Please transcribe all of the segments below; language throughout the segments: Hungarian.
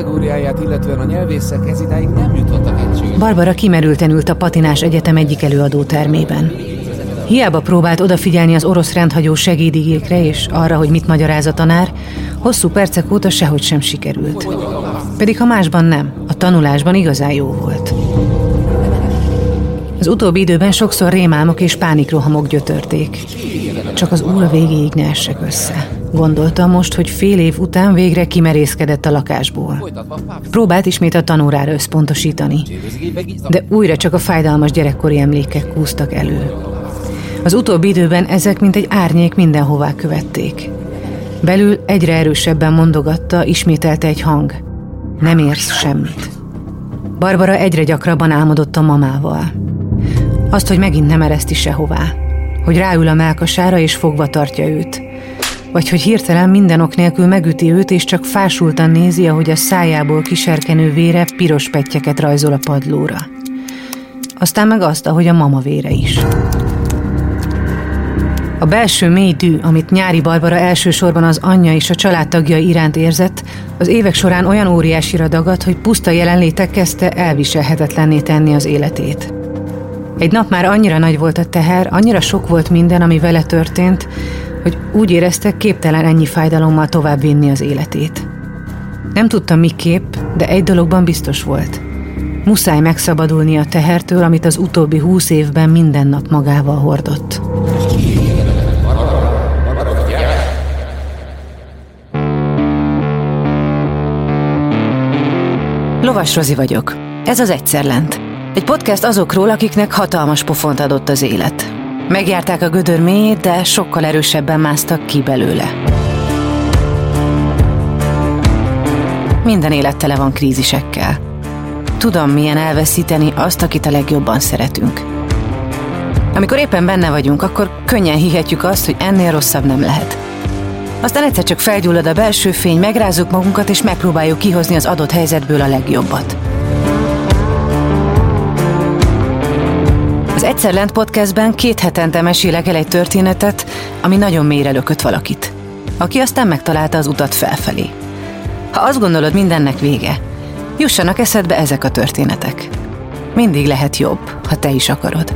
kategóriáját illetően a nyelvészek ezidáig nem jutottak egységes. Barbara kimerülten ült a Patinás Egyetem egyik előadótermében. Hiába próbált odafigyelni az orosz rendhagyó segédigékre és arra, hogy mit magyaráz a tanár, hosszú percek óta sehogy sem sikerült. Pedig ha másban nem, a tanulásban igazán jó volt. Az utóbbi időben sokszor rémálmok és pánikrohamok gyötörték. Csak az óra végéig ne essek össze. Gondolta most, hogy fél év után végre kimerészkedett a lakásból. Próbált ismét a tanórára összpontosítani, de újra csak a fájdalmas gyerekkori emlékek kúztak elő. Az utóbbi időben ezek mint egy árnyék mindenhová követték. Belül egyre erősebben mondogatta, ismételte egy hang. Nem érsz semmit. Barbara egyre gyakrabban álmodott a mamával. Azt, hogy megint nem ereszti sehová. Hogy ráül a mellkasára és fogva tartja őt. Vagy hogy hirtelen minden ok nélkül megüti őt, és csak fásultan nézi, ahogy a szájából kiserkenő vére piros pettyeket rajzol a padlóra. Aztán meg azt, ahogy a mama vére is. A belső mély dű, amit Nyári Barbara elsősorban az anyja és a családtagjai iránt érzett, az évek során olyan óriásira dagadt, hogy puszta jelenléte kezdte elviselhetetlenné tenni az életét. Egy nap már annyira nagy volt a teher, annyira sok volt minden, ami vele történt, hogy úgy érezte, képtelen ennyi fájdalommal tovább vinni az életét. Nem tudta miképp, de egy dologban biztos volt. Muszáj megszabadulni a tehertől, amit az utóbbi 20 évben minden nap magával hordott. Lovas Rozi vagyok. Ez az Egyszer Lent. Egy podcast azokról, akiknek hatalmas pofont adott az élet. Megjárták a gödör mélyét, de sokkal erősebben másztak ki belőle. Minden élet tele van krízisekkel. Tudom, milyen elveszíteni azt, akit a legjobban szeretünk. Amikor éppen benne vagyunk, akkor könnyen hihetjük azt, hogy ennél rosszabb nem lehet. Aztán egyszer csak felgyullad a belső fény, megrázzuk magunkat, és megpróbáljuk kihozni az adott helyzetből a legjobbat. Az Egyszer Lent podcastben 2 hetente mesélek el egy történetet, ami nagyon mélyre lökött valakit, aki aztán megtalálta az utat felfelé. Ha azt gondolod, mindennek vége, jussanak eszedbe ezek a történetek. Mindig lehet jobb, ha te is akarod.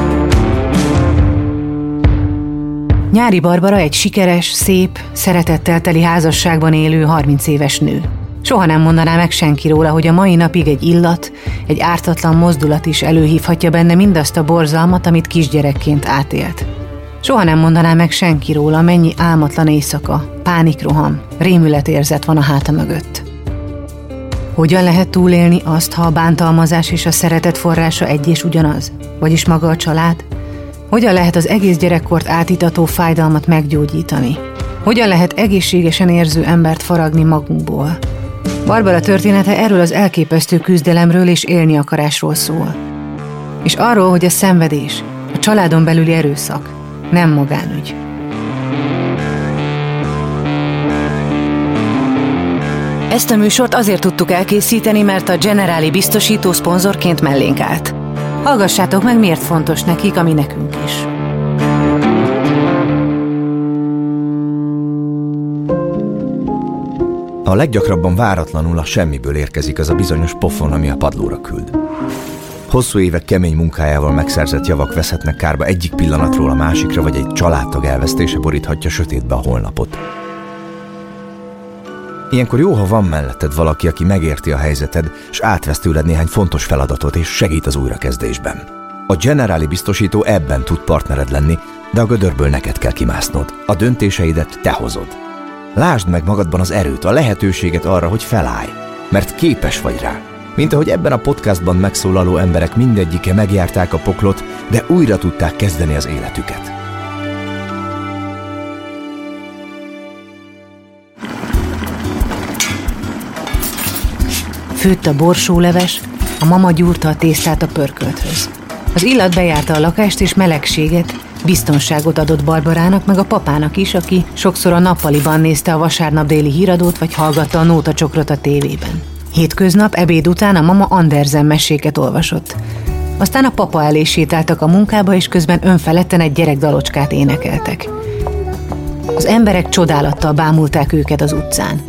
Nyári Barbara egy sikeres, szép, szeretettel teli házasságban élő 30 éves nő. Soha nem mondaná meg senki róla, hogy a mai napig egy illat, egy ártatlan mozdulat is előhívhatja benne mindazt a borzalmat, amit kisgyerekként átélt. Soha nem mondaná meg senki róla, mennyi álmatlan éjszaka, pánikroham, rémületérzet van a háta mögött. Hogyan lehet túlélni azt, ha a bántalmazás és a szeretet forrása egy és ugyanaz? Vagyis maga a család? Hogyan lehet az egész gyerekkort átítató fájdalmat meggyógyítani? Hogyan lehet egészségesen érző embert faragni magunkból? Barbara története erről az elképesztő küzdelemről és élni akarásról szól. És arról, hogy a szenvedés, a családon belüli erőszak nem magánügy. Ezt a műsort azért tudtuk elkészíteni, mert a Generali biztosító szponzorként mellénk állt. Hallgassátok meg, miért fontos nekik, ami nekünk is. A leggyakrabban váratlanul a semmiből érkezik az a bizonyos pofon, ami a padlóra küld. Hosszú évek kemény munkájával megszerzett javak veszhetnek kárba egyik pillanatról a másikra, vagy egy családtag elvesztése boríthatja sötétbe a holnapot. Ilyenkor jó, ha van melletted valaki, aki megérti a helyzeted, és átvesz tőled néhány fontos feladatot, és segít az újrakezdésben. A Generali biztosító ebben tud partnered lenni, de a gödörből neked kell kimásznod. A döntéseidet te hozod. Lásd meg magadban az erőt, a lehetőséget arra, hogy felállj, mert képes vagy rá. Mint ahogy ebben a podcastban megszólaló emberek mindegyike megjárták a poklot, de újra tudták kezdeni az életüket. Főtt a borsóleves, a mama gyúrta a tésztát a pörkölthöz. Az illat bejárta a lakást, és melegséget, biztonságot adott Barbarának, meg a papának is, aki sokszor a nappaliban nézte a vasárnap déli híradót, vagy hallgatta a nótacsokrot a tévében. Hétköznap ebéd után a mama Andersen meséket olvasott. Aztán a papa elé sétáltak a munkába, és közben önfeledten egy gyerekdalocskát énekeltek. Az emberek csodálattal bámulták őket az utcán.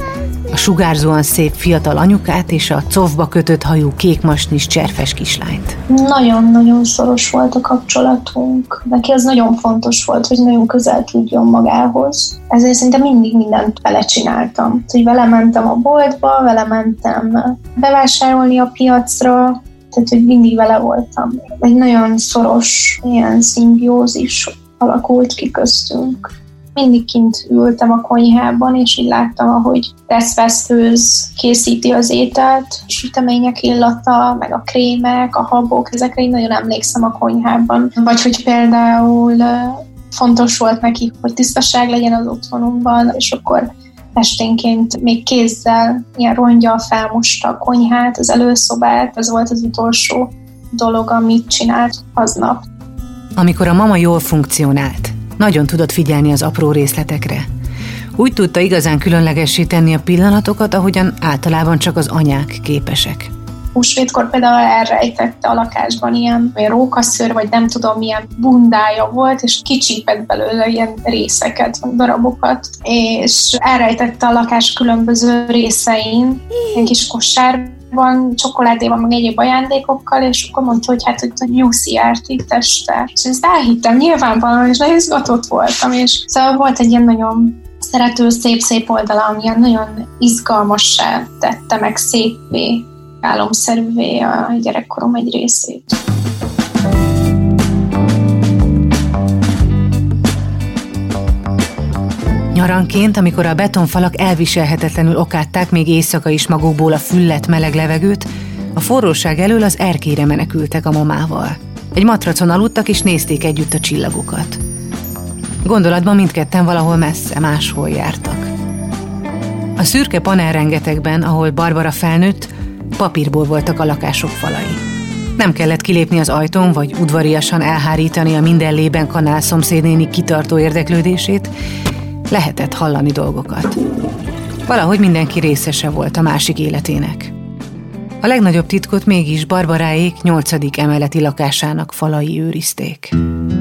a sugárzóan szép fiatal anyukát és a cofba kötött hajú kékmasnis cserfes kislányt. Nagyon-nagyon szoros volt a kapcsolatunk. Neki az nagyon fontos volt, hogy nagyon közel tudjon magához. Ezért szinte mindig mindent vele csináltam. Hogy vele mentem a boltba, vele mentem bevásárolni a piacra, tehát hogy mindig vele voltam. Egy nagyon szoros ilyen szimbiózis alakult ki köztünk. Mindig kint ültem a konyhában, és így láttam, ahogy tesz főz, készíti az ételt, sütemények illata, meg a krémek, a habok, ezekre így nagyon emlékszem a konyhában. Vagy hogy például fontos volt neki, hogy tisztaság legyen az otthonunkban, és akkor esténként még kézzel, ilyen rongyal felmosta a konyhát, az előszobát, ez volt az utolsó dolog, amit csinált aznap. Amikor a mama jól funkcionált, nagyon tudott figyelni az apró részletekre. Úgy tudta igazán különlegessé tenni a pillanatokat, ahogyan általában csak az anyák képesek. Húsvétkor például elrejtette a lakásban ilyen rókaszőr, vagy nem tudom, milyen bundája volt, és kicsípett belőle ilyen részeket, darabokat, és elrejtette a lakás különböző részein, ilyen kis kosárban, csokoládéval, meg egyéb ajándékokkal, és akkor mondta, hogy hát, hogy Jussi járt itt este. És ezt elhittem nyilvánvalóan, és nagyon izgatott voltam, és szóval volt egy ilyen nagyon szerető, szép oldala, ami ilyen nagyon izgalmassá tette, meg szépvé, álomszerűvé a gyerekkorom egy részét. Nyaranként, amikor a betonfalak elviselhetetlenül okátták még éjszaka is magukból a füllet meleg levegőt, a forróság elől az erkélyre menekültek a mamával. Egy matracon aludtak és nézték együtt a csillagokat. Gondolatban mindketten valahol messze, máshol jártak. A szürke panelrengetegben, ahol Barbara felnőtt, papírból voltak a lakások falai. Nem kellett kilépni az ajtón, vagy udvariasan elhárítani a mindenlében kanál szomszédnéni kitartó érdeklődését, lehetett hallani dolgokat. Valahogy mindenki részese volt a másik életének. A legnagyobb titkot mégis Barbaráék 8. emeleti lakásának falai őrizték.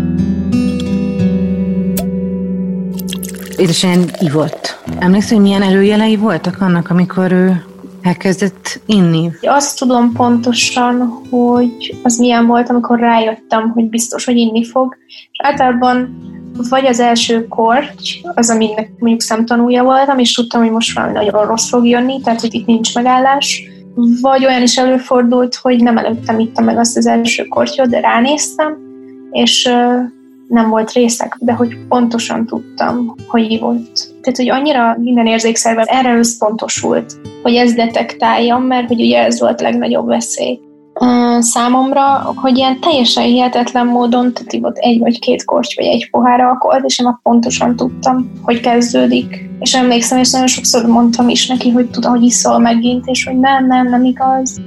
Édesen ivott. Emlékszel, hogy milyen előjelei voltak annak, amikor ő elkezdett inni? Azt tudom pontosan, hogy az milyen volt, amikor rájöttem, hogy biztos, hogy inni fog. És általában vagy az első korty, az, aminek mondjuk szemtanúja voltam, és tudtam, hogy most valami nagyon rossz fog jönni, tehát hogy itt nincs megállás. Vagy olyan is előfordult, hogy nem előttem ittam meg azt az első kortyot, de ránéztem, és nem volt részek, de hogy pontosan tudtam, hogy ivott. Tehát, hogy annyira minden érzékszervem erre összpontosult, hogy ezt detektáljam, mert hogy ugye ez volt a legnagyobb veszély. Számomra, hogy ilyen teljesen hihetetlen módon, tehát ivott 1 vagy 2 korty, vagy 1 pohár alkoholt, és én már pontosan tudtam, hogy kezdődik. És emlékszem, és nagyon sokszor mondtam is neki, hogy tudom, hogy iszol megint, és hogy nem igaz.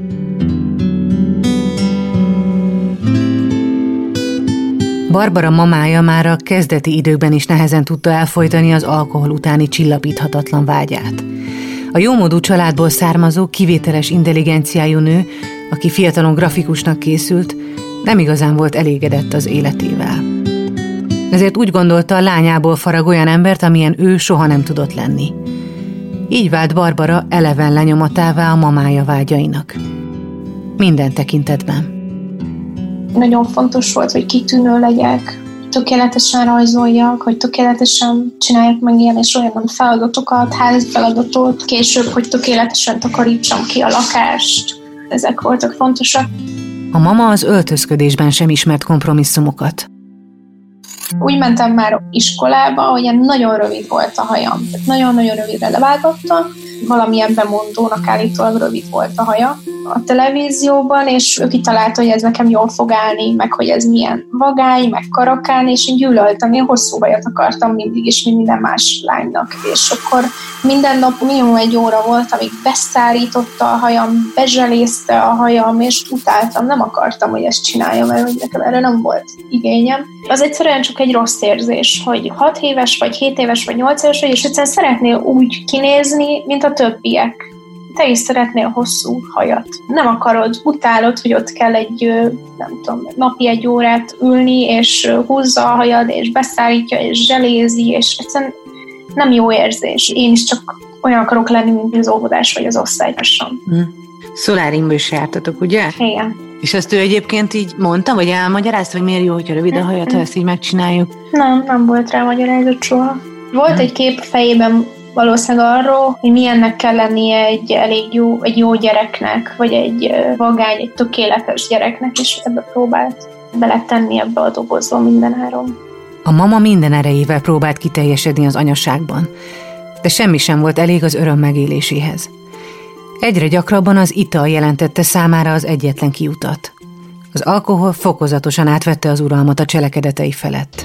Barbara mamája már a kezdeti időkben is nehezen tudta elfojtani az alkohol utáni csillapíthatatlan vágyát. A jómódú családból származó, kivételes intelligenciájú nő, aki fiatalon grafikusnak készült, nem igazán volt elégedett az életével. Ezért úgy gondolta, a lányából farag olyan embert, amilyen ő soha nem tudott lenni. Így vált Barbara eleven lenyomatává a mamája vágyainak. Minden tekintetben. Nagyon fontos volt, hogy kitűnő legyek, tökéletesen rajzoljak, hogy tökéletesen csináljak meg ilyen és olyan feladatokat, házi feladatot, később, hogy tökéletesen takarítsam ki a lakást. Ezek voltak fontosak. A mama az öltözködésben sem ismert kompromisszumokat. Úgy mentem már iskolába, hogy ilyen nagyon rövid volt a hajam. Nagyon-nagyon rövidre levágottam, valamilyen bemondónak állítólag rövid volt a haja a televízióban, és ő kitalálta, hogy ez nekem jól fog állni, meg hogy ez milyen vagány, meg karakán, és én gyűlöltem, én hosszú hajat akartam mindig, és minden más lánynak. És akkor minden nap minimum 1 óra volt, amíg beszárította a hajam, bezselézte a hajam, és utáltam, nem akartam, hogy ezt csináljam, mert nekem erre nem volt igényem. Az egyszerűen csak egy rossz érzés, hogy 6 éves, vagy 7 éves, vagy 8 éves, és egyszerűen szeretnél úgy kinézni, mint a többiek. Te is szeretnél hosszú hajat. Nem akarod, utálod, hogy ott kell nem tudom, napi 1 órát ülni, és húzza a hajad, és beszállítja, és zselézi, és egyszerűen nem jó érzés. Én is csak olyan akarok lenni, mint az óvodás vagy az osztálytársam. Szoláriumba is jártatok, ugye? Igen. És azt ő egyébként így mondta, vagy elmagyarázta, hogy miért jó, hogyha rövid a hajat, ha ezt így megcsináljuk? Nem volt rá magyarázat soha. Volt egy kép fejében valószínűleg arról, hogy milyennek kell lennie egy jó gyereknek, vagy egy vagány, egy tökéletes gyereknek, és ebbe próbált beletenni ebbe a dobozba mindenáron. A mama minden erejével próbált kiteljesedni az anyaságban, de semmi sem volt elég az öröm megéléséhez. Egyre gyakrabban az ital jelentette számára az egyetlen kiutat. Az alkohol fokozatosan átvette az uralmat a cselekedetei felett.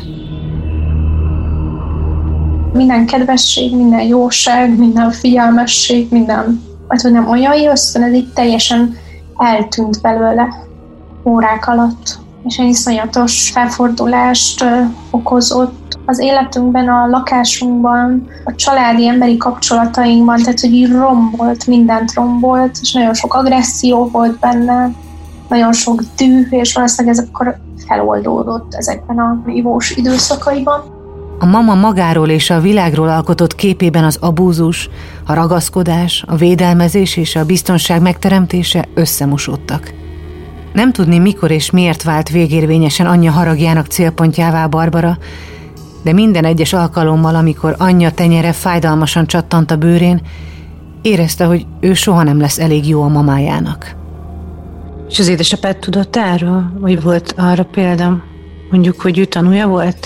Minden kedvesség, minden jóság, minden figyelmesség, minden, hogy nem anyai ösztön, ez így teljesen eltűnt belőle órák alatt. És egy iszonyatos felfordulást okozott az életünkben, a lakásunkban, a családi emberi kapcsolatainkban, tehát hogy így rombolt, mindent rombolt, és nagyon sok agresszió volt benne, nagyon sok düh, és valószínűleg ez akkor feloldódott ezekben a ivós időszakaiban. A mama magáról és a világról alkotott képében az abúzus, a ragaszkodás, a védelmezés és a biztonság megteremtése összemosódtak. Nem tudni, mikor és miért vált végérvényesen anyja haragjának célpontjává Barbara, de minden egyes alkalommal, amikor anyja tenyere fájdalmasan csattant a bőrén, érezte, hogy ő soha nem lesz elég jó a mamájának. És az édesapád tudott erről? Vagy volt arra példa, mondjuk, hogy ő tanúja volt?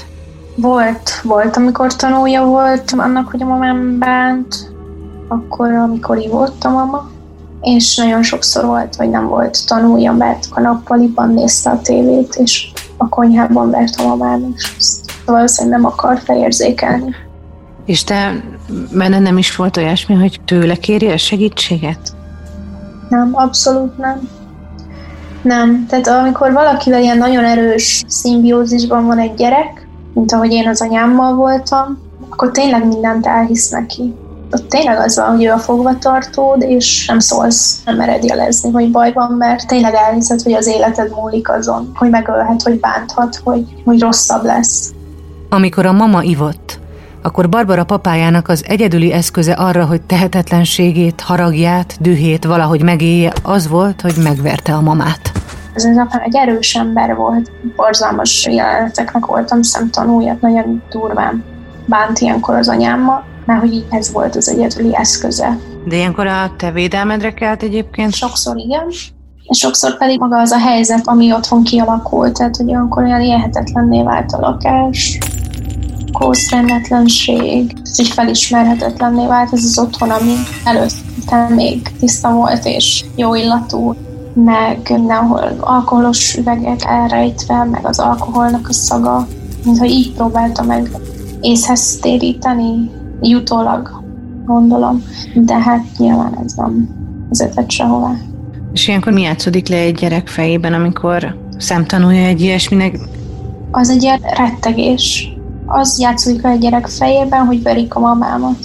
Volt, amikor tanúja volt annak, hogy a mamám bánt, akkor, amikor ivott a mama, és nagyon sokszor volt, hogy nem volt tanúja, mert a nappaliban nézte a tévét, és a konyhában vert a mamám, és ezt valószínűleg nem akart érzékelni. És te benne nem is volt olyasmi, hogy tőle kéri a segítséget? Nem, abszolút nem. Nem, tehát amikor valakivel ilyen nagyon erős szimbiózisban van egy gyerek, mint ahogy én az anyámmal voltam, akkor tényleg mindent elhisz neki. Ott tényleg az van, hogy ő a fogvatartód, és nem szólsz, nem mered jelezni, hogy baj van, mert tényleg elhiszed, hogy az életed múlik azon, hogy megölhet, hogy bánthat, hogy rosszabb lesz. Amikor a mama ivott, akkor Barbara papájának az egyedüli eszköze arra, hogy tehetetlenségét, haragját, dühét valahogy megélje, az volt, hogy megverte a mamát. Ez az apám egy erős ember volt, borzalmas jeleneteknek voltam szemtanúja, nagyon durván bánt ilyenkor az anyámmal, mert hogy így ez volt az egyedüli eszköze. De ilyenkor a te védelmedre kelt egyébként? Sokszor igen, és sokszor pedig maga az a helyzet, ami otthon kialakult, tehát hogy olyankor olyan élhetetlenné vált a lakás, kószrendetlenség, ez így felismerhetetlenné vált ez az otthon, ami előtte még tiszta volt és jó illatú, meg mindenhol alkoholos üvegek elrejtve, meg az alkoholnak a szaga, mintha így próbálta meg észhez téríteni, jutólag gondolom, de hát nyilván ez nem vezetett sehová. És ilyenkor mi játszódik le egy gyerek fejében, amikor szemtanúja egy ilyesminek? Az egy ilyen rettegés. Az játszódik le egy gyerek fejében, hogy verik a mamámat.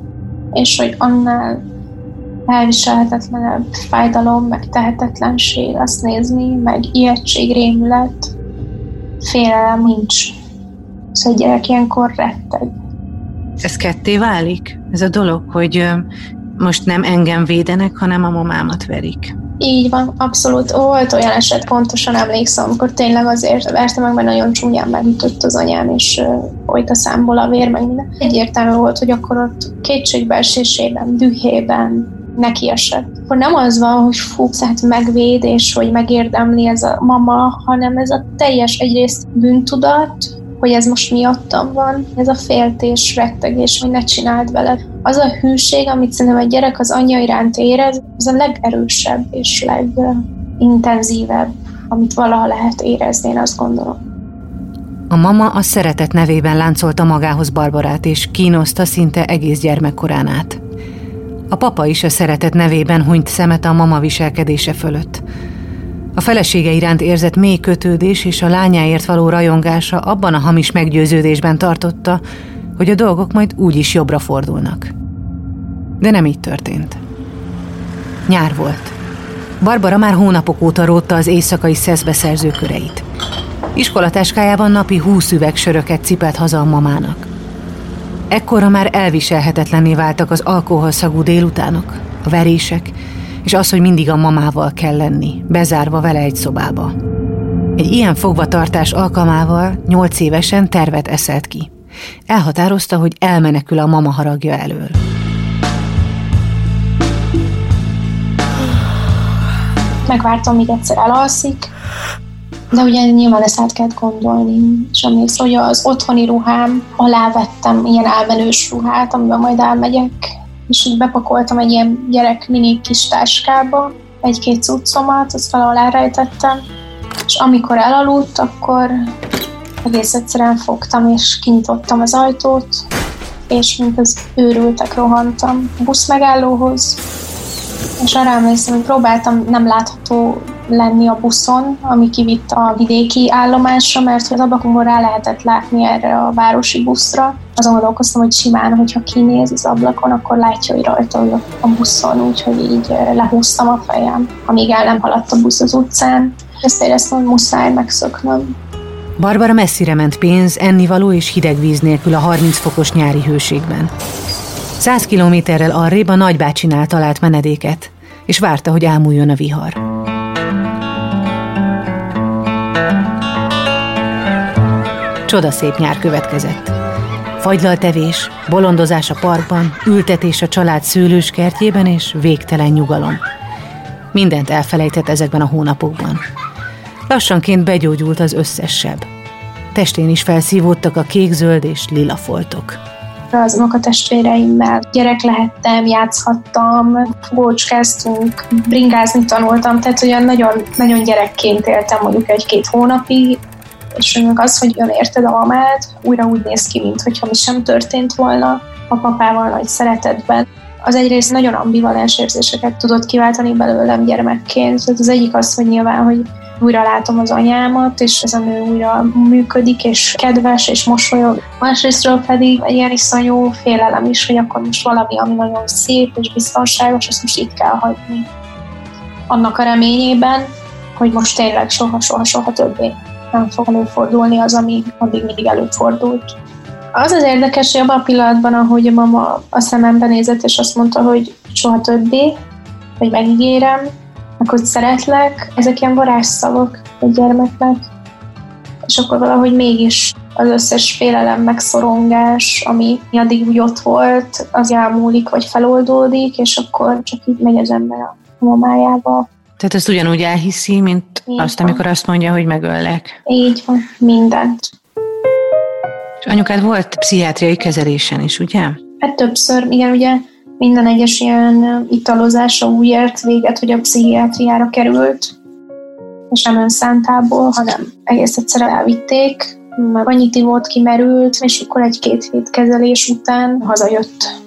És hogy annál elviselhetetlenebb fájdalom, meg tehetetlenség azt nézni, meg ijegység, rémület, félelem nincs. Szóval egy gyerek ilyenkor retteg. Ez ketté válik? Ez a dolog, hogy most nem engem védenek, hanem a mamámat verik. Így van, abszolút. Volt olyan eset, pontosan emlékszem, amikor tényleg azért verte meg, mert nagyon csúnyán megütött az anyám, és folyt a számból a vér, meg minden. Egyértelmű volt, hogy akkor ott kétségbeesésében, dühében nekiesett. Akkor nem az van, hogy hát megvéd, és hogy megérdemli ez a mama, hanem ez a teljes egyrészt bűntudat, hogy ez most miattam van, ez a féltés, rettegés, hogy ne csináld veled. Az a hűség, amit szerintem egy gyerek az anyja iránt érez, az a legerősebb és legintenzívebb, amit valaha lehet érezni, én azt gondolom. A mama a szeretet nevében láncolta magához Barbarát, és kínoszta szinte egész gyermekkorán át. A papa is a szeretet nevében hunyt szemet a mama viselkedése fölött. A felesége iránt érzett mély kötődés és a lányáért való rajongása abban a hamis meggyőződésben tartotta, hogy a dolgok majd úgyis jobbra fordulnak. De nem így történt. Nyár volt. Barbara már hónapok óta rótta az éjszakai szeszbeszerző köreit. Iskolatáskájában napi 20 üveg söröket cipelt haza a mamának. Ekkorra már elviselhetetlenné váltak az alkoholszagú délutánok, a verések, és az, hogy mindig a mamával kell lenni, bezárva vele egy szobába. Egy ilyen fogvatartás alkalmával 8 évesen tervet eszelt ki. Elhatározta, hogy elmenekül a mama haragja elől. Megvártam, míg egyszer elalszik, de ugye nyilván ezt át kellett gondolni. És emlékszem, hogy az otthoni ruhám alá vettem ilyen elmenős ruhát, amiben majd elmegyek, és így bepakoltam egy ilyen gyerek mini kis táskába, 1-2 cuccomat, azt valahol elrejtettem, és amikor elaludt, akkor egész egyszerűen fogtam, és kinyitottam az ajtót, és mint az őrültek rohantam a buszmegállóhoz, és arra emlékszem, hogy próbáltam nem látható lenni a buszon, ami kivitt a vidéki állomásra, mert az ablakon rá lehetett látni erre a városi buszra. Azon gondolkoztam, hogy simán, hogyha kinéz az ablakon, akkor látja, hogy rajta ül a buszon, úgyhogy így lehúztam a fejem, amíg el nem haladt a busz az utcán. Ezt éreztem, hogy muszáj megszöknöm. Barbara messzire ment pénz, ennivaló és hideg víz nélkül a 30 fokos nyári hőségben. 100 kilométerrel arrébb a nagybácsinál talált menedéket, és várta, hogy elmúljon a vihar. Csodaszép nyár következett. Fagylaltevés, bolondozás a parkban, ültetés a család szőlőskertjében és végtelen nyugalom. Mindent elfelejtett ezekben a hónapokban. Lassanként begyógyult az összes seb. Testén is felszívódtak a kék-zöld és lila foltok. Az unokatestvéreimmel gyerek lehettem, játszhattam, fogócskáztunk, bringázni tanultam, tehát olyan nagyon, nagyon gyerekként éltem mondjuk 1-2 hónapig, és még az, hogy érted a mamád, újra úgy néz ki, mintha mi sem történt volna, a papával nagy szeretetben. Az egyrészt nagyon ambivalens érzéseket tudott kiváltani belőlem gyermekként. Tehát az egyik az, hogy nyilván, hogy újra látom az anyámat, és ez a nő újra működik, és kedves, és mosolyog. Másrésztről pedig egy ilyen iszonyú félelem is, hogy akkor most valami, ami nagyon szép és biztonságos, azt most itt kell hagyni. Annak a reményében, hogy most tényleg soha többé nem fog előfordulni az, ami addig mindig előfordult. Az az érdekes, hogy abban a pillanatban, ahogy a mama a szemembe nézett, és azt mondta, hogy soha többé, hogy megígérem, akkor szeretlek, ezek ilyen varázsszavak egy gyermeknek. És akkor valahogy mégis az összes félelem, megszorongás, ami addig úgy ott volt, az elmúlik, vagy feloldódik, és akkor csak így megy az ember a mamájába. Tehát ezt ugyanúgy elhiszi, mint így azt, van. Amikor azt mondja, hogy megöllek. Így van, mindent. És anyukád volt pszichiátriai kezelésen is, ugye? Hát többször, igen, ugye minden egyes ilyen italozásra úgy ért véget, hogy a pszichiátriára került, és nem önszántából, hanem egész egyszerűen elvitték, meg annyit ivott, kimerült, és akkor 1-2 hét kezelés után hazajött.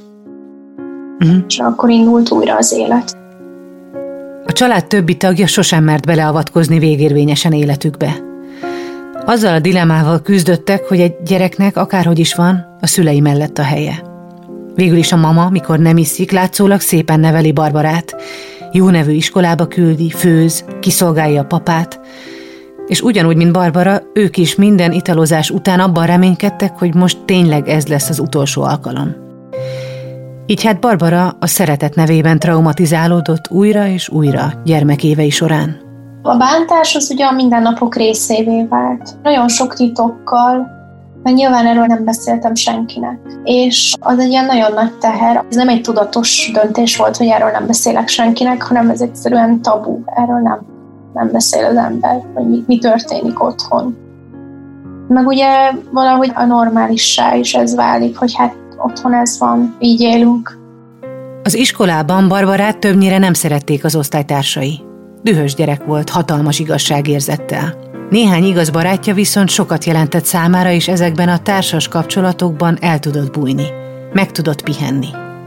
És akkor indult újra az élet. A család többi tagja sosem mert beleavatkozni végérvényesen életükbe. Azzal a dilemmával küzdöttek, hogy egy gyereknek, akárhogy is van, a szülei mellett a helye. Végül is a mama, mikor nem iszik, látszólag szépen neveli Barbarát, jó nevű iskolába küldi, főz, kiszolgálja a papát, és ugyanúgy, mint Barbara, ők is minden italozás után abban reménykedtek, hogy most tényleg ez lesz az utolsó alkalom. Így hát Barbara a szeretet nevében traumatizálódott újra és újra gyermekévei során. A bántás az ugye a mindennapok részévé vált. Nagyon sok titokkal, mert nyilván erről nem beszéltem senkinek. És az egy ilyen nagyon nagy teher. Ez nem egy tudatos döntés volt, hogy erről nem beszélek senkinek, hanem ez egyszerűen tabu. Erről nem beszél az ember, hogy mi történik otthon. Meg ugye valahogy a normálissá is ez válik, hogy hát otthon ez van, így élünk. Az iskolában Barbarát többnyire nem szerették az osztálytársai. Dühös gyerek volt, hatalmas igazságérzettel. Néhány igaz barátja viszont sokat jelentett számára, és ezekben a társas kapcsolatokban el tudott bújni. Meg tudott pihenni.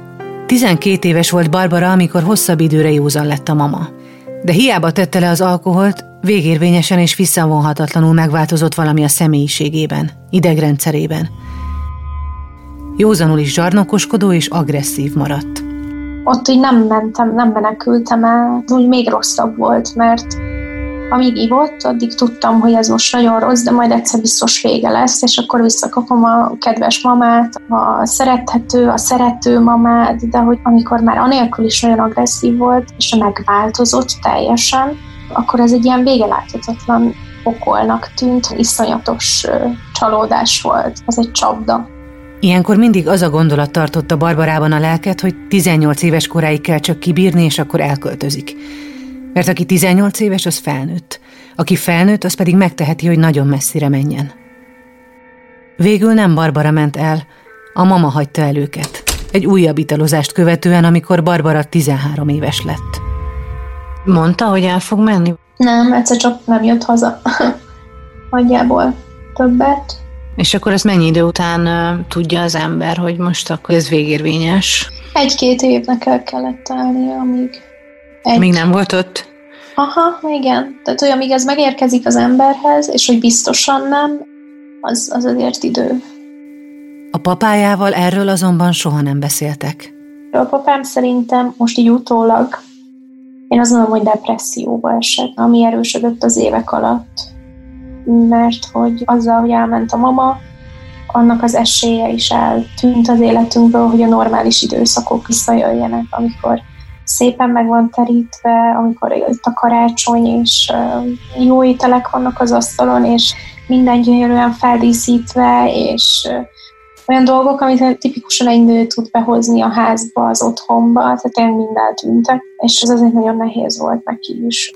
12 éves volt Barbara, amikor hosszabb időre józan lett a mama. De hiába tette le az alkoholt, végérvényesen és visszavonhatatlanul megváltozott valami a személyiségében, idegrendszerében. Józanul is zsarnokoskodó és agresszív maradt. Ott úgy nem menekültem el, úgy még rosszabb volt, mert Amíg ivott, addig tudtam, hogy ez most nagyon rossz, de majd egyszer biztos vége lesz, és akkor visszakapom a kedves mamát, a szerethető, a szerető mamát, de hogy amikor már anélkül is nagyon agresszív volt, és megváltozott teljesen, akkor ez egy ilyen végeláthatatlan pokolnak tűnt, iszonyatos csalódás volt. Ez egy csapda. Ilyenkor mindig az a gondolat tartotta Barbarában a lelket, hogy 18 éves koráig kell csak kibírni, és akkor elköltözik. Mert aki 18 éves, az felnőtt. Aki felnőtt, az pedig megteheti, hogy nagyon messzire menjen. Végül nem Barbara ment el, a mama hagyta el őket. Egy újabb italozást követően, amikor Barbara 13 éves lett. Mondta, hogy el fog menni? Nem, egyszer csak nem jött haza. Nagyjából többet. És akkor ezt mennyi idő után tudja az ember, hogy most akkor ez végérvényes? 1-2 évnek el kellett állnia, Még nem volt ott? Aha, igen. Tehát, hogy amíg ez megérkezik az emberhez, és hogy biztosan nem, az azért idő. A papájával erről azonban soha nem beszéltek. A papám szerintem most így utólag, én azt mondom, hogy depresszióba esett, ami erősödött az évek alatt. Mert hogy azzal, hogy elment a mama, annak az esélye is eltűnt az életünkből, hogy a normális időszakok visszajöjjenek, amikor szépen meg van terítve, amikor jött a karácsony, és jó ételek vannak az asztalon, és minden gyönyörűen feldíszítve, és olyan dolgok, amit tipikusan egy nő tud behozni a házba, az otthonba, tehát én mind eltűntek, és ez azért nagyon nehéz volt neki is.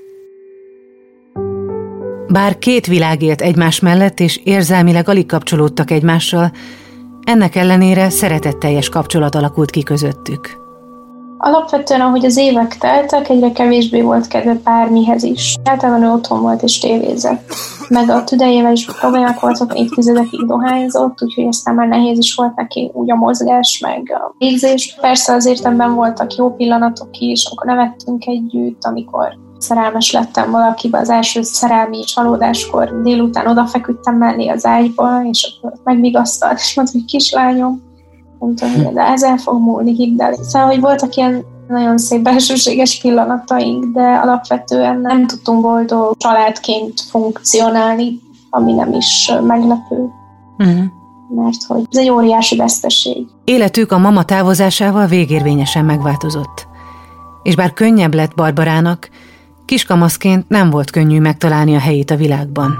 Bár 2 világ élt egymás mellett, és érzelmileg alig kapcsolódtak egymással, ennek ellenére szeretetteljes kapcsolat alakult ki közöttük. Alapvetően, ahogy az évek teltek, egyre kevésbé volt kedve bármihez is. Általában ő otthon volt és tévézett. Meg a tüdejével is problémák voltak, évtizedekig dohányzott, úgyhogy aztán már nehéz is volt neki úgy a mozgás, meg a végzés. Persze azért ebben voltak jó pillanatok is, amikor nevettünk együtt, amikor szerelmes lettem valakibe az első szerelmi csalódáskor, délután odafeküdtem mellé az ágyba, és akkor megvigasztalt, és mondta, hogy kislányom, mondtam, de ez el fog múlni, hidd el. Szóval, hogy voltak ilyen nagyon szép belsőséges pillanataink, de alapvetően nem tudtunk boldog családként funkcionálni, ami nem is meglepő. Mert hogy ez egy óriási veszteség. Életük a mama távozásával végérvényesen megváltozott. És bár könnyebb lett Barbarának, kiskamaszként nem volt könnyű megtalálni a helyét a világban.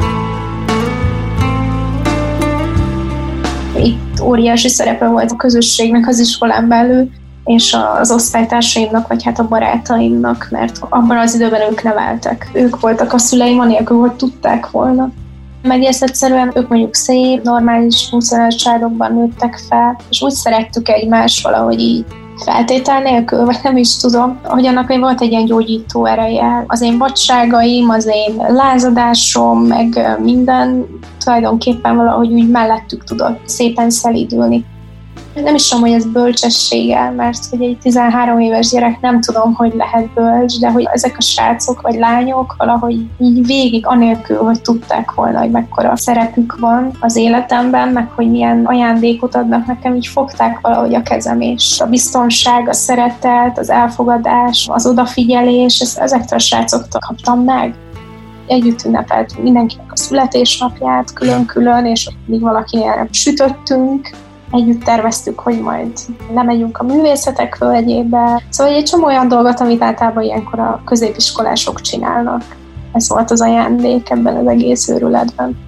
Itt óriási szerepe volt a közösségnek az iskolán belül, és az osztálytársaimnak, vagy hát a barátaimnak, mert abban az időben ők neveltek. Ők voltak a szüleim, anélkül, hogy tudták volna. Meg ezt egyszerűen ők mondjuk szép, normális, funkcionális családokban nőttek fel, és úgy szerettük egymást valahogy így feltétel nélkül, vagy nem is tudom, hogy annak volt egy ilyen gyógyító ereje. Az én vadságaim, az én lázadásom, meg minden tulajdonképpen valahogy úgy mellettük tudott szépen szelídülni. Nem is tudom, hogy ez bölcsességgel, mert hogy egy 13 éves gyerek nem tudom, hogy lehet bölcs, de hogy ezek a srácok vagy lányok valahogy így végig anélkül, hogy tudták volna, hogy mekkora szerepük van az életemben, meg hogy milyen ajándékot adnak nekem, így fogták valahogy a kezem, és a biztonság, a szeretet, az elfogadás, az odafigyelés, ezektől a srácoktól kaptam meg. Együtt ünnepeltünk mindenkinek a születésnapját külön-külön, és még valakinél sütöttünk. Együtt terveztük, hogy majd lemegyünk a művészetek völgyébe. Szóval egy csomó olyan dolgot, amit általában ilyenkor a középiskolások csinálnak. Ez volt az ajándék ebben az egész őrületben.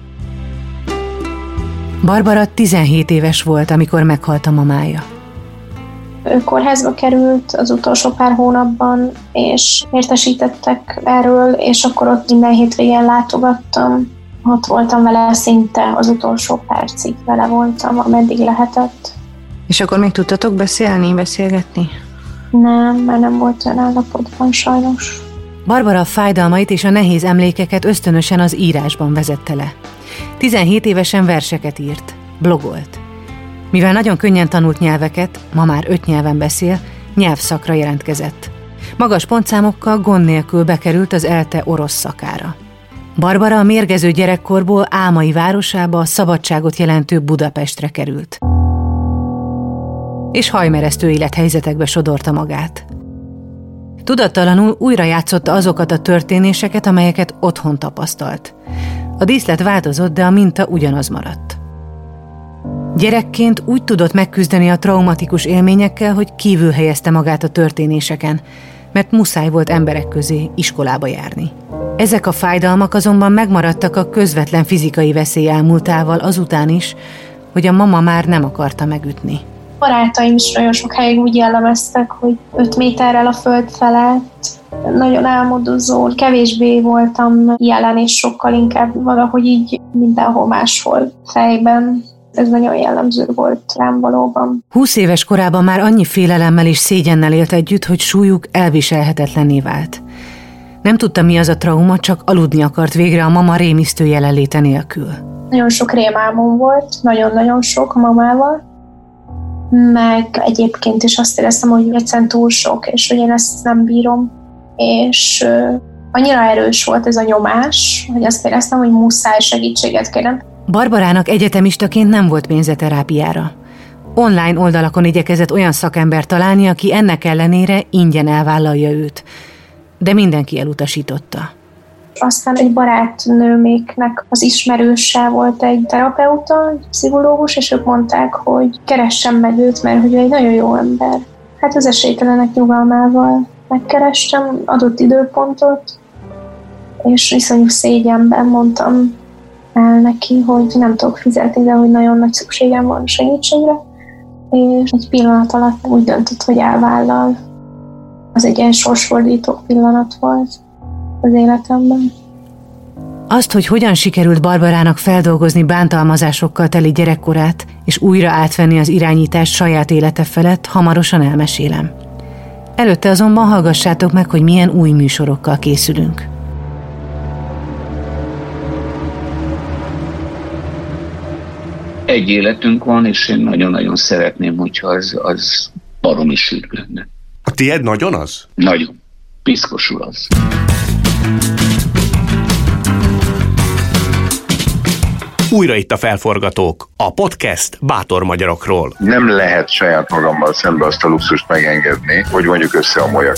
Barbara 17 éves volt, amikor meghalt a mamája. Ő kórházba került az utolsó pár hónapban, és értesítettek erről, és akkor ott minden hétvégén látogattam. Ott voltam vele szinte az utolsó percig, vele voltam, ameddig lehetett. És akkor még tudtatok beszélgetni? Nem, mert nem volt olyan állapotban sajnos. Barbara a fájdalmait és a nehéz emlékeket ösztönösen az írásban vezette le. 17 évesen verseket írt, blogolt. Mivel nagyon könnyen tanult nyelveket, ma már 5 nyelven beszél, nyelvszakra jelentkezett. Magas pontszámokkal gond nélkül bekerült az ELTE orosz szakára. Barbara a mérgező gyerekkorból álmai városába, a szabadságot jelentő Budapestre került. És hajmeresztő élethelyzetekbe sodorta magát. Tudattalanul újra játszotta azokat a történéseket, amelyeket otthon tapasztalt. A díszlet változott, de a minta ugyanaz maradt. Gyerekként úgy tudott megküzdeni a traumatikus élményekkel, hogy kívül helyezte magát a történéseken, mert muszáj volt emberek közé iskolába járni. Ezek a fájdalmak azonban megmaradtak a közvetlen fizikai veszély elmúltával azután is, hogy a mama már nem akarta megütni. Barátaim is nagyon sokáig úgy jellemeztek, hogy 5 méterrel a föld felett, nagyon álmodozó, kevésbé voltam jelen, és sokkal inkább valahogy így mindenhol máshol fejben. Ez nagyon jellemző volt rám valóban. 20 éves korában már annyi félelemmel és szégyennel élt együtt, hogy súlyuk elviselhetetlenné vált. Nem tudta, mi az a trauma, csak aludni akart végre a mama rémisztő jelenléte nélkül. Nagyon sok rémálmom volt, nagyon-nagyon sok a mamával, meg egyébként is azt éreztem, hogy egyszerűen túl sok, és hogy én ezt nem bírom. És annyira erős volt ez a nyomás, hogy azt éreztem, hogy muszáj segítséget kérnem. Barbarának egyetemistaként nem volt pénze terápiára. Online oldalakon igyekezett olyan szakembert találni, aki ennek ellenére ingyen elvállalja őt. De mindenki elutasította. Aztán egy barátnőméknek az ismerőse volt egy terapeuta, egy pszichológus, és ők mondták, hogy keressem meg őt, mert hogy ő egy nagyon jó ember. Hát az esélytelenek nyugalmával megkerestem adott időpontot, és viszonyú szégyenben mondtam el neki, hogy nem tudok fizetni, de hogy nagyon nagy szükségem van segítségre, és egy pillanat alatt úgy döntött, hogy elvállal. Az egy ilyen sorsfordító pillanat volt az életemben. Azt, hogy hogyan sikerült Barbarának feldolgozni bántalmazásokkal teli gyerekkorát, és újra átvenni az irányítást saját élete felett, hamarosan elmesélem. Előtte azonban hallgassátok meg, hogy milyen új műsorokkal készülünk. Egy életünk van, és én nagyon-nagyon szeretném, hogyha az baromi sűrű lenne. A tiéd nagyon az? Nagyon. Piszkosul az. Újra itt a Felforgatók, a podcast bátor magyarokról. Nem lehet saját magammal szembe azt a luxust megengedni, hogy mondjuk összeomoljak.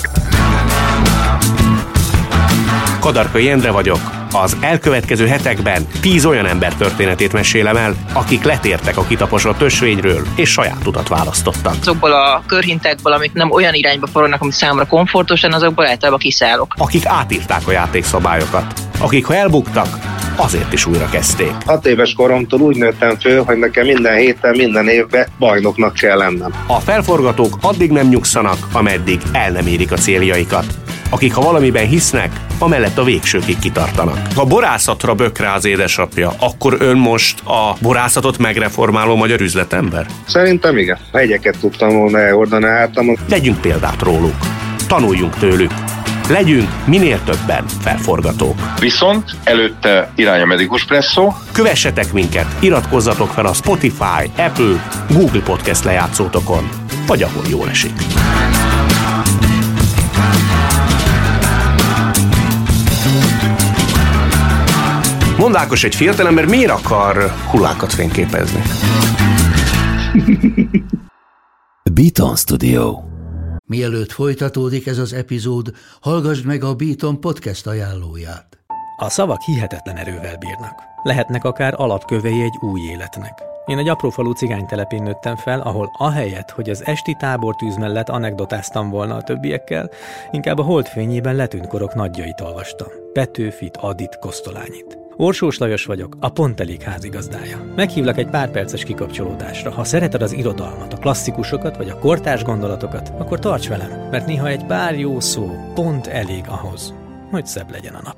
Kadarkai Endre vagyok. Az elkövetkező hetekben 10 olyan ember történetét mesélem el, akik letértek a kitaposott ösvényről, és saját utat választottak. Azokból a körhintekből, amik nem olyan irányba forognak, ami számomra komfortosan, azokból általában kiszállok. Akik átírták a játékszabályokat. Akik, ha elbuktak, azért is újra kezdték. 6 éves koromtól úgy nőttem föl, hogy nekem minden héten, minden évben bajnoknak kell lennem. A Felforgatók addig nem nyugszanak, ameddig el nem érik a céljaikat. Akik, ha valamiben hisznek, amellett a végsőkig kitartanak. Ha borászatra bök rá az édesapja, akkor ön most a borászatot megreformáló magyar üzletember? Szerintem igen. Hegyeket tudtam volna elhordani hátamon. Vegyünk példát róluk. Tanuljunk tőlük. Legyünk minél többen felforgatók. Viszont előtte irány a Medikus Presszó. Kövessetek minket, iratkozzatok fel a Spotify, Apple, Google Podcast lejátszótokon, vagy ahol jól esik. Mondd Ákos, egy fiatalember miért akar hullákat fényképezni? Beaton Studio. Mielőtt folytatódik ez az epizód, hallgassd meg a Beaton podcast ajánlóját. A szavak hihetetlen erővel bírnak. Lehetnek akár alapkövei egy új életnek. Én egy aprófalu cigánytelepén nőttem fel, ahol ahelyett, hogy az esti tábortűz mellett anekdotáztam volna a többiekkel, inkább a holdfényében letűnt korok nagyjait olvastam. Petőfit, Adit, Kosztolányit. Orsós Lajos vagyok, a Pont Elég házigazdája. Meghívlak egy pár perces kikapcsolódásra. Ha szereted az irodalmat, a klasszikusokat vagy a kortárs gondolatokat, akkor tarts velem, mert néha egy pár jó szó pont elég ahhoz, hogy szebb legyen a nap.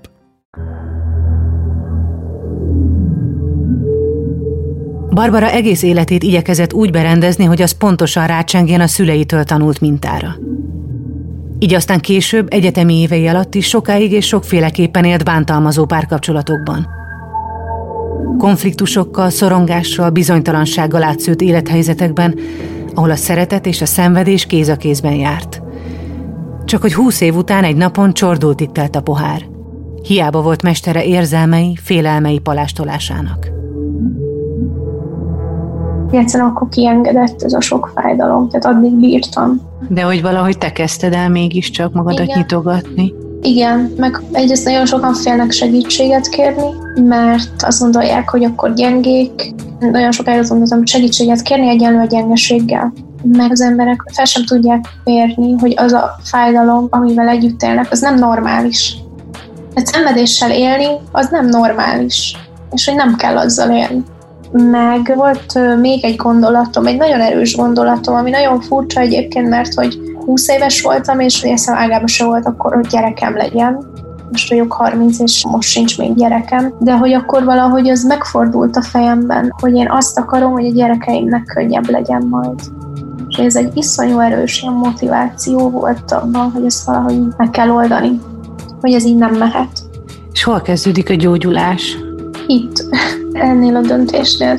Barbara egész életét igyekezett úgy berendezni, hogy az pontosan rácsengjen a szüleitől tanult mintára. Így aztán később, egyetemi évei alatt is sokáig és sokféleképpen élt bántalmazó párkapcsolatokban. Konfliktusokkal, szorongással, bizonytalansággal átszőtt élethelyzetekben, ahol a szeretet és a szenvedés kéz a kézben járt. Csak hogy 20 év után egy napon csordultig telt a pohár. Hiába volt mestere érzelmei, félelmei palástolásának. Egyszerűen akkor kiengedett ez a sok fájdalom, tehát addig bírtam. De hogy valahogy te kezdted el mégiscsak magadat nyitogatni. Igen, meg egyrészt nagyon sokan félnek segítséget kérni, mert azt gondolják, hogy akkor gyengék. Nagyon sokáig azt gondoltam, hogy segítséget kérni egyenlő a gyengeséggel. Mert az emberek fel sem tudják mérni, hogy az a fájdalom, amivel együtt élnek, az nem normális. Egy szenvedéssel élni, az nem normális, és hogy nem kell azzal élni. Meg volt még egy gondolatom, egy nagyon erős gondolatom, ami nagyon furcsa egyébként, mert hogy 20 éves voltam, és hogy eszem ágában se volt akkor, hogy gyerekem legyen. Most vagyok 30, és most sincs még gyerekem, de hogy akkor valahogy az megfordult a fejemben, hogy én azt akarom, hogy a gyerekeimnek könnyebb legyen majd. És ez egy iszonyú erős ilyen motiváció volt abban, hogy ezt valahogy meg kell oldani, hogy ez így nem mehet. És hol kezdődik a gyógyulás? Itt, ennél a döntésnél.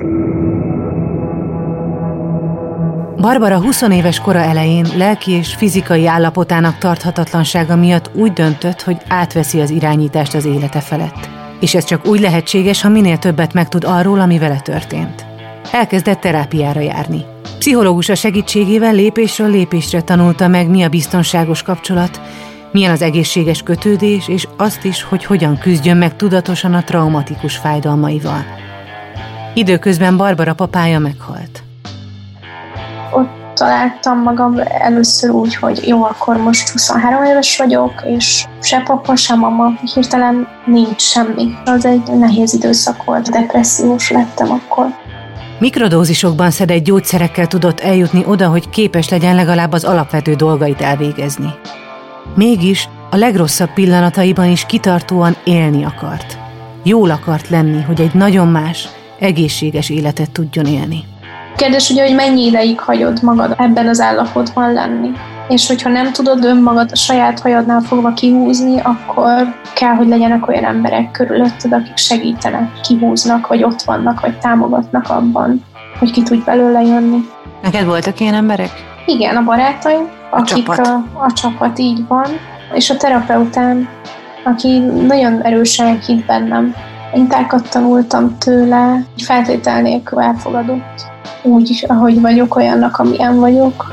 Barbara 20 éves kora elején lelki és fizikai állapotának tarthatatlansága miatt úgy döntött, hogy átveszi az irányítást az élete felett. És ez csak úgy lehetséges, ha minél többet megtud arról, ami vele történt. Elkezdett terápiára járni. Pszichológusa segítségével lépésről lépésre tanulta meg, mi a biztonságos kapcsolat, milyen az egészséges kötődés, és azt is, hogy hogyan küzdjön meg tudatosan a traumatikus fájdalmaival. Időközben Barbara papája meghalt. Ott találtam magam először úgy, hogy jó, akkor most 23 éves vagyok, és se papa, se mama, hirtelen nincs semmi. Az egy nehéz időszak volt, depressziós lettem akkor. Mikrodózisokban szedett gyógyszerekkel tudott eljutni oda, hogy képes legyen legalább az alapvető dolgait elvégezni. Mégis a legrosszabb pillanataiban is kitartóan élni akart. Jól akart lenni, hogy egy nagyon más, egészséges életet tudjon élni. Kérdés ugye, hogy mennyi ideig hagyod magad ebben az állapotban lenni. És hogyha nem tudod önmagad a saját hajadnál fogva kihúzni, akkor kell, hogy legyenek olyan emberek körülötted, akik segítenek, kihúznak, vagy ott vannak, vagy támogatnak abban, hogy ki tudj belőle jönni. Neked voltak ilyen emberek? Igen, a barátaim, akik a csapat így van, és a terapeutám, aki nagyon erősen hitt bennem. Mintákat tanultam tőle, hogy feltétel nélkül elfogadott. Úgy, ahogy vagyok, olyannak, amilyen vagyok.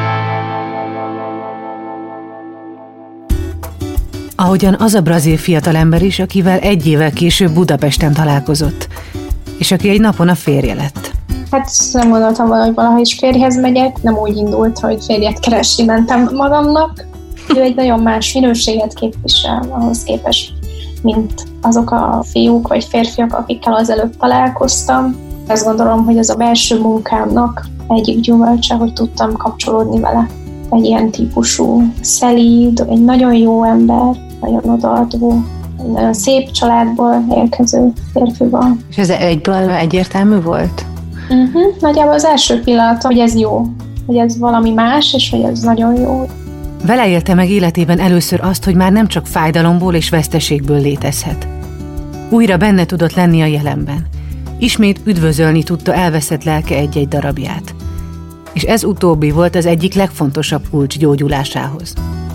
Ahogyan az a brazil fiatalember is, akivel egy évvel később Budapesten találkozott, és aki egy napon a férje lett. Hát nem gondoltam volna, hogy valaha is férjhez megyek, nem úgy indult, hogy férjet keresni mentem magamnak. Ő egy nagyon más minőséget képvisel ahhoz képest, mint azok a fiúk vagy férfiak, akikkel azelőtt találkoztam. Azt gondolom, hogy ez a belső munkámnak egyik gyümölcse, hogy tudtam kapcsolódni vele. Egy ilyen típusú, szelíd, egy nagyon jó ember, nagyon odaadó, egy nagyon szép családból érkező férfi van. És ez egyből egyértelmű volt? Nagyjából az első pillanat, hogy ez jó, hogy ez valami más, és hogy ez nagyon jó. Vele élte meg életében először azt, hogy már nem csak fájdalomból és veszteségből létezhet. Újra benne tudott lenni a jelenben. Ismét üdvözölni tudta elveszett lelke egy-egy darabját. És ez utóbbi volt az egyik legfontosabb kulcs gyógyulásához.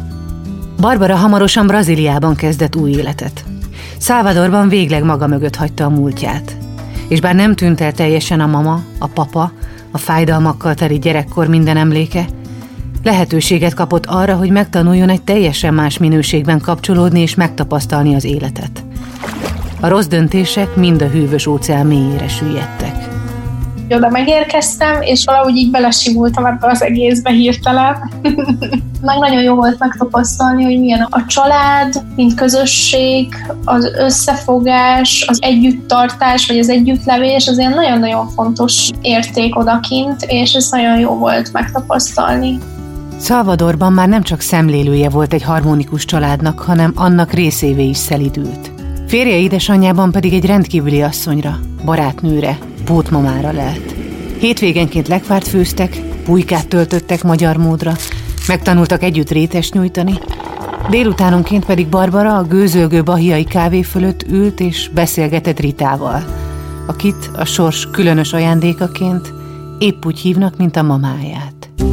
Barbara hamarosan Brazíliában kezdett új életet. Salvadorban végleg maga mögött hagyta a múltját. És bár nem tűnt el teljesen a mama, a papa, a fájdalmakkal teli gyerekkor minden emléke, lehetőséget kapott arra, hogy megtanuljon egy teljesen más minőségben kapcsolódni és megtapasztalni az életet. A rossz döntések mind a hűvös óceán mélyére süllyedtek. Oda megérkeztem, és valahogy így belesimultam ebbe az egészbe hirtelen. Meg nagyon jó volt megtapasztalni, hogy milyen a család, mint közösség, az összefogás, az együtttartás, vagy az együttlevés, az ilyen nagyon-nagyon fontos érték odakint, és ez nagyon jó volt megtapasztalni. Salvadorban már nem csak szemlélője volt egy harmonikus családnak, hanem annak részévé is szelidült. Férje édesanyjában pedig egy rendkívüli asszonyra, barátnőre, pótmamára lelt. Hétvégenként lekvárt főztek, pulykát töltöttek magyar módra, megtanultak együtt rétest nyújtani. Délutánonként pedig Barbara a gőzölgő bahiai kávé fölött ült és beszélgetett Ritával, akit a sors különös ajándékaként épp úgy hívnak, mint a mamáját.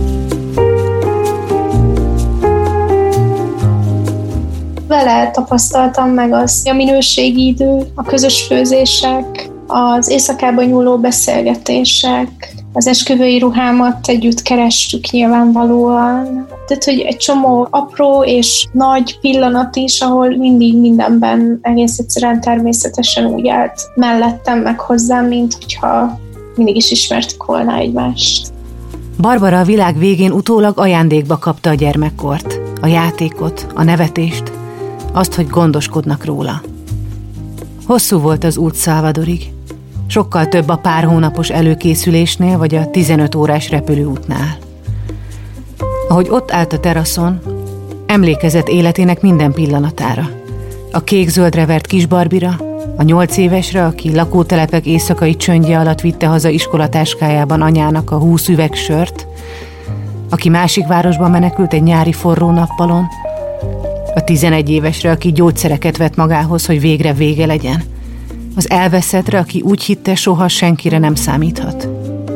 Vele tapasztaltam meg azt, a minőségi idő, a közös főzések, az éjszakában nyúló beszélgetések, Az esküvői ruhámat együtt kerestük nyilvánvalóan. Tehát, hogy egy csomó apró és nagy pillanat is, ahol mindig mindenben egész egyszerűen természetesen úgy állt mellettem meg hozzám, mint hogyha mindig is ismertük volna egymást. Barbara a világ végén utólag ajándékba kapta a gyermekkort, a játékot, a nevetést, azt, hogy gondoskodnak róla. Hosszú volt az út Salvadorig. Sokkal több a pár hónapos előkészülésnél, vagy a 15 órás repülőútnál. Ahogy ott állt a teraszon, emlékezett életének minden pillanatára. A kék-zöldre vert kis Barbira, a 8 évesre, aki lakótelepek éjszakai csöndje alatt vitte haza iskolatáskájában anyának a 20 üveg sört, aki másik városba menekült egy nyári forró nappalon, a 11 évesre, aki gyógyszereket vett magához, hogy végre vége legyen, az elveszettre, aki úgy hitte, soha senkire nem számíthat.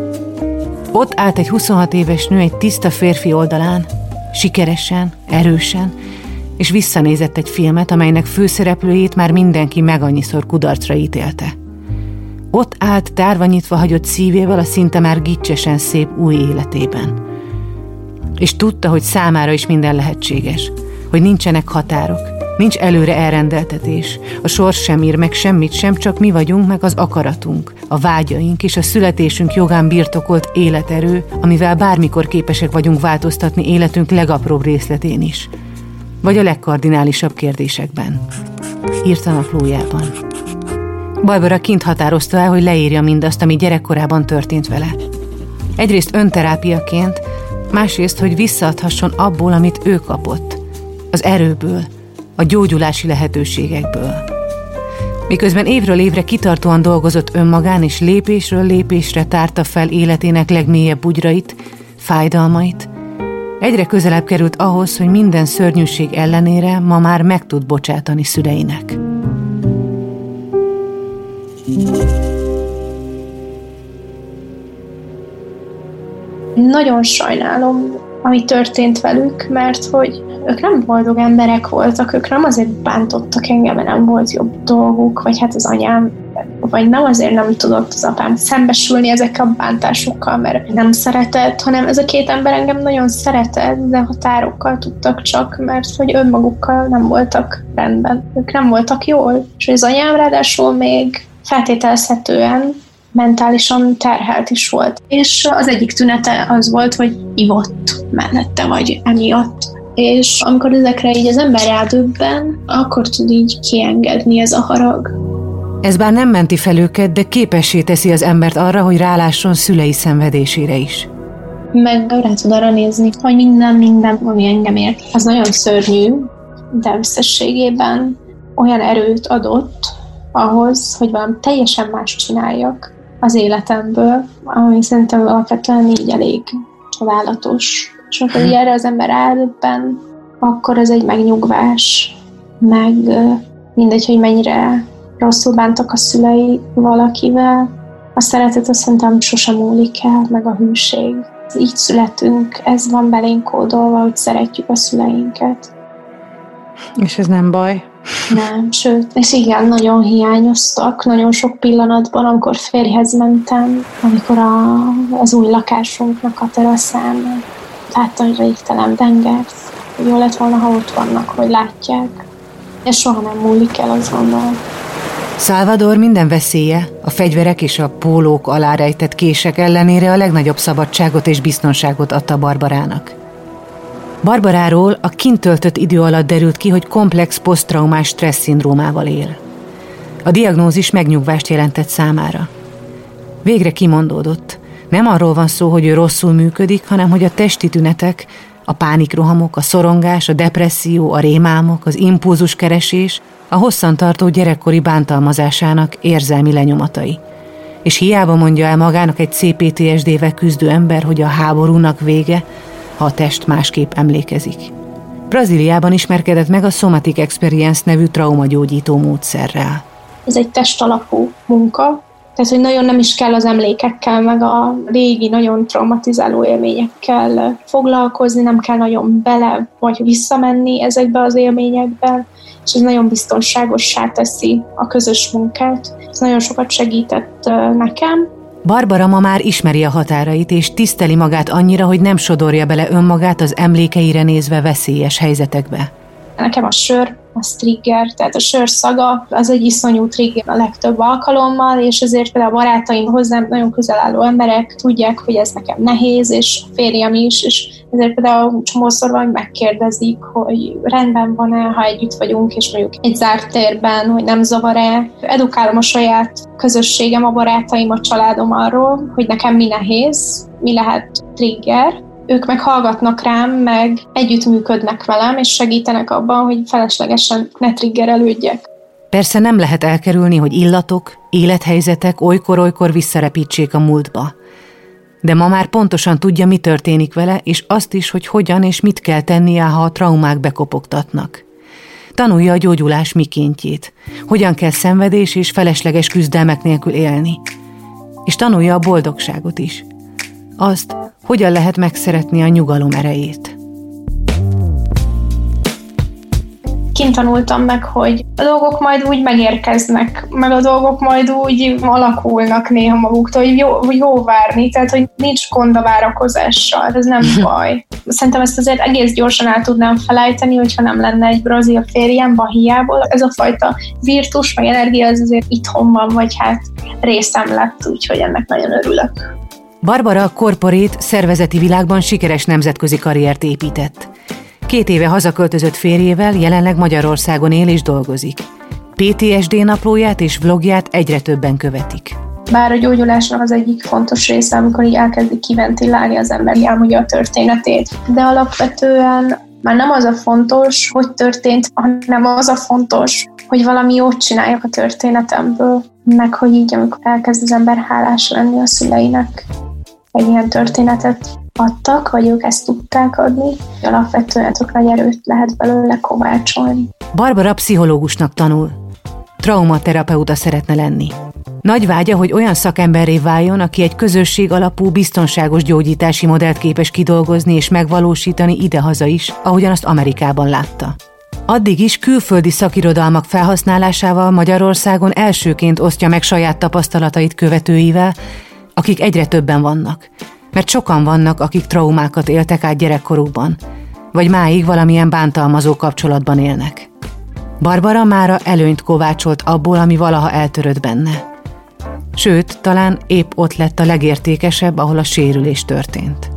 Ott állt egy 26 éves nő egy tiszta férfi oldalán, sikeresen, erősen, és visszanézett egy filmet, amelynek főszereplőjét már mindenki megannyiszor kudarcra ítélte. Ott állt tárva nyitva hagyott szívével a szinte már gicsesen szép új életében. És tudta, hogy számára is minden lehetséges, hogy nincsenek határok, nincs előre elrendeltetés, a sors sem ír meg semmit sem, csak mi vagyunk meg az akaratunk, a vágyaink és a születésünk jogán birtokolt életerő, amivel bármikor képesek vagyunk változtatni életünk legapróbb részletén is, vagy a legkardinálisabb kérdésekben. Írta naplójában. Barbara kint határozta el, hogy leírja mindazt, ami gyerekkorában történt vele. Egyrészt önterápiaként, másrészt, hogy visszaadhasson abból, amit ő kapott. Az erőből, a gyógyulási lehetőségekből. Miközben évről évre kitartóan dolgozott önmagán, és lépésről lépésre tárta fel életének legmélyebb bugyrait, fájdalmait, egyre közelebb került ahhoz, hogy minden szörnyűség ellenére ma már meg tud bocsátani szüleinek. Nagyon sajnálom, ami történt velük, mert hogy ők nem boldog emberek voltak, ők nem azért bántottak engem, mert nem volt jobb dolguk, vagy hát az anyám, vagy nem azért nem tudott az apám szembesülni ezekkel a bántásokkal, mert nem szeretett, hanem ez a két ember engem nagyon szeretett, de határokkal tudtak csak, mert hogy önmagukkal nem voltak rendben. Ők nem voltak jól, és az anyám ráadásul még feltételezhetően mentálisan terhelt is volt. És az egyik tünete az volt, hogy ivott mellette, vagy emiatt. És amikor ezekre így az ember rádöbben, akkor tud így kiengedni ez a harag. Ez bár nem menti fel őket, de képessé teszi az embert arra, hogy rálásson szülei szenvedésére is. Meg rá tud arra nézni, hogy minden, ami engem ért, az nagyon szörnyű, de összességében olyan erőt adott ahhoz, hogy valami teljesen más csináljak az életemből, ami szerintem alapvetően így elég csodálatos. És amikor erre az ember rádöbben, akkor ez egy megnyugvás, meg mindegy, hogy mennyire rosszul bántak a szülei valakivel, a szeretet azt szerintem sosem múlik el, meg a hűség. Így születünk, ez van belénk kódolva, hogy szeretjük a szüleinket. És ez nem baj? Nem, sőt, és igen, nagyon hiányoztak, nagyon sok pillanatban, amikor férjhez mentem, amikor az új lakásunknak a teraszán láttam végtelen tengert, hogy jó lett volna, ha ott vannak, hogy látják. És soha nem múlik el, azt gondolom. Salvador minden veszélye, a fegyverek és a pólók alá rejtett kések ellenére a legnagyobb szabadságot és biztonságot adta Barbarának. Barbaráról a kint töltött idő alatt derült ki, hogy komplex poszttraumás stressz szindrómával él. A diagnózis megnyugvást jelentett számára. Végre kimondódott. Nem arról van szó, hogy ő rosszul működik, hanem hogy a testi tünetek, a pánikrohamok, a szorongás, a depresszió, a rémálmok, az impulzuskeresés, a hosszantartó gyerekkori bántalmazásának érzelmi lenyomatai. És hiába mondja el magának egy CPTSD-vel küzdő ember, hogy a háborúnak vége, ha a test másképp emlékezik. Brazíliában ismerkedett meg a Somatic Experience nevű traumagyógyító módszerrel. Ez egy testalapú munka, tehát hogy nagyon nem is kell az emlékekkel, meg a régi, nagyon traumatizáló élményekkel foglalkozni, nem kell nagyon bele vagy visszamenni ezekbe az élményekben, és ez nagyon biztonságossá teszi a közös munkát. Ez nagyon sokat segített nekem. Barbara ma már ismeri a határait, és tiszteli magát annyira, hogy nem sodorja bele önmagát az emlékeire nézve veszélyes helyzetekbe. Nekem a sör, az trigger, tehát a sör szaga az egy iszonyú trigger a legtöbb alkalommal, és ezért például a barátaim, hozzám nagyon közel álló emberek tudják, hogy ez nekem nehéz, és a férjem is, és ezért például csomószor van, megkérdezik, hogy rendben van-e, ha együtt vagyunk, és mondjuk egy zárt térben, hogy nem zavar-e. Edukálom a saját közösségem, a barátaim, a családom arról, hogy nekem mi nehéz, mi lehet trigger. Ők meg hallgatnak rám, meg együttműködnek velem, és segítenek abban, hogy feleslegesen ne triggerelődjek. Persze nem lehet elkerülni, hogy illatok, élethelyzetek olykor-olykor visszarepítsék a múltba. De ma már pontosan tudja, mi történik vele, és azt is, hogy hogyan és mit kell tennie, ha a traumák bekopogtatnak. Tanulja a gyógyulás mikéntjét, hogyan kell szenvedés és felesleges küzdelmek nélkül élni. És tanulja a boldogságot is. Azt, hogyan lehet megszeretni a nyugalom erejét. Kint tanultam meg, hogy a dolgok majd úgy megérkeznek, meg a dolgok majd úgy alakulnak néha maguktól, hogy jó várni, tehát hogy nincs gond a várakozással, ez nem baj. Szerintem ezt azért egész gyorsan el tudnám felejteni, hogyha nem lenne egy brazil férjem Bahiából. Ez a fajta virtus, meg energia az azért itthon van, vagy hát részem lett, úgyhogy ennek nagyon örülök. Barbara a korporét szervezeti világban sikeres nemzetközi karriert épített. 2 éve hazaköltözött férjével, jelenleg Magyarországon él és dolgozik. PTSD naplóját és vlogját egyre többen követik. Bár a gyógyulásnak az egyik fontos része, amikor így elkezdi kiventilálni az ember, elmondja a történetét. De alapvetően már nem az a fontos, hogy történt, hanem az a fontos, hogy valami jót csináljak a történetemből, meg hogy így, amikor elkezd az ember hálás lenni a szüleinek, egy ilyen történetet adtak, vagy ők ezt tudták adni, alapvetően tök nagy erőt lehet belőle kovácsolni. Barbara pszichológusnak tanul. Traumaterapeuta szeretne lenni. Nagy vágya, hogy olyan szakemberré váljon, aki egy közösség alapú, biztonságos gyógyítási modellt képes kidolgozni és megvalósítani idehaza is, ahogyan azt Amerikában látta. Addig is külföldi szakirodalmak felhasználásával Magyarországon elsőként osztja meg saját tapasztalatait követőivel, akik egyre többen vannak. Mert sokan vannak, akik traumákat éltek át gyerekkorukban, vagy máig valamilyen bántalmazó kapcsolatban élnek. Barbara mára előnyt kovácsolt abból, ami valaha eltörött benne. Sőt, talán épp ott lett a legértékesebb, ahol a sérülés történt.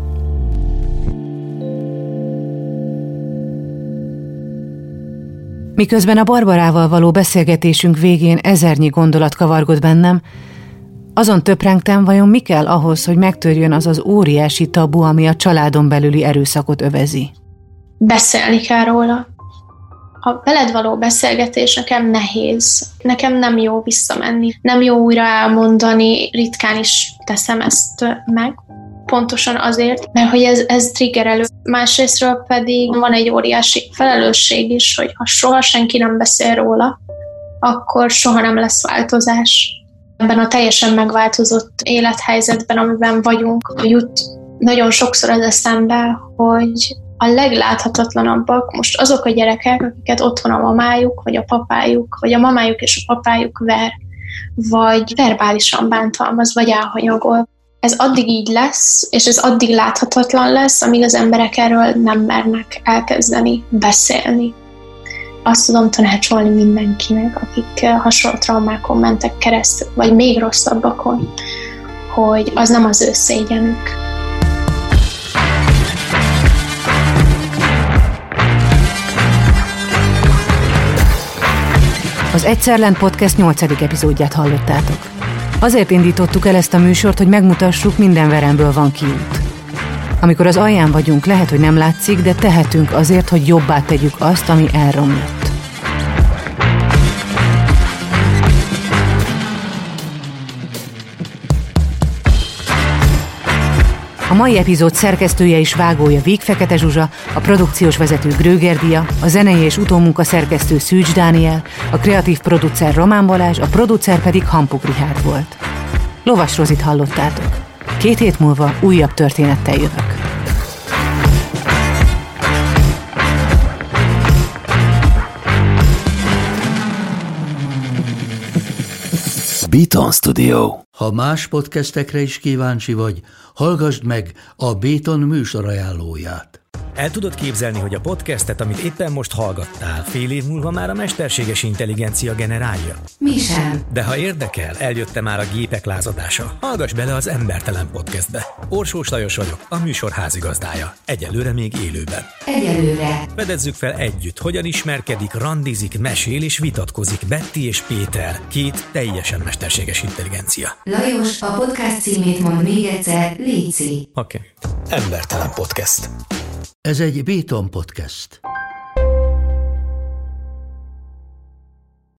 Miközben a Barbarával való beszélgetésünk végén ezernyi gondolat kavargott bennem, azon töprengtem, vajon mi kell ahhoz, hogy megtörjön az az óriási tabu, ami a családon belüli erőszakot övezi. Beszélni kell róla. A veled való beszélgetés nekem nehéz. Nekem nem jó visszamenni. Nem jó újra elmondani, ritkán is teszem ezt meg. Pontosan azért, mert hogy ez triggerelő. Másrésztről pedig van egy óriási felelősség is, hogy ha soha senki nem beszél róla, akkor soha nem lesz változás. Ebben a teljesen megváltozott élethelyzetben, amiben vagyunk, jut nagyon sokszor az eszembe, hogy a legláthatatlanabbak most azok a gyerekek, akiket otthon a mamájuk, vagy a papájuk, vagy a mamájuk és a papájuk ver, vagy verbálisan bántalmaz, vagy elhanyagol. Ez addig így lesz, és ez addig láthatatlan lesz, amíg az emberek erről nem mernek elkezdeni beszélni. Azt tudom tanácsolni mindenkinek, akik hasonló traumákon mentek keresztül, vagy még rosszabbakon, hogy az nem az ő szégyenük. Az Egyszerlen Podcast 8. epizódját hallottátok. Azért indítottuk el ezt a műsort, hogy megmutassuk, minden veremből van kiút. Amikor az alján vagyunk, lehet, hogy nem látszik, de tehetünk azért, hogy jobbá tegyük azt, ami elromlott. A mai epizód szerkesztője és vágója Víg Fekete Zsuzsa, a produkciós vezető Gröger Dia, a zenei és utómunka szerkesztő Szűcs Dániel, a kreatív producer Román Balázs, a producer pedig Hampuk Richárd volt. Lovas Rozit hallottátok. 2 hét múlva újabb történettel jövök. Beaton Studio. Ha más podcastekre is kíváncsi vagy, hallgassd meg a Béton műsor ajánlóját. El tudod képzelni, hogy a podcastet, amit éppen most hallgattál, fél év múlva már a mesterséges intelligencia generálja? Mi sem. De ha érdekel, eljött már a gépek lázadása. Hallgass bele az Embertelen Podcastbe. Orsós Lajos vagyok, a műsor házigazdája. Egyelőre még élőben. Egyelőre. Fedezzük fel együtt, hogyan ismerkedik, randizik, mesél és vitatkozik Betty és Péter, két teljesen mesterséges intelligencia. Lajos, a podcast címét mondd még egyszer, léci. Oké. Embertelen Podcast. Ez egy Béton Podcast.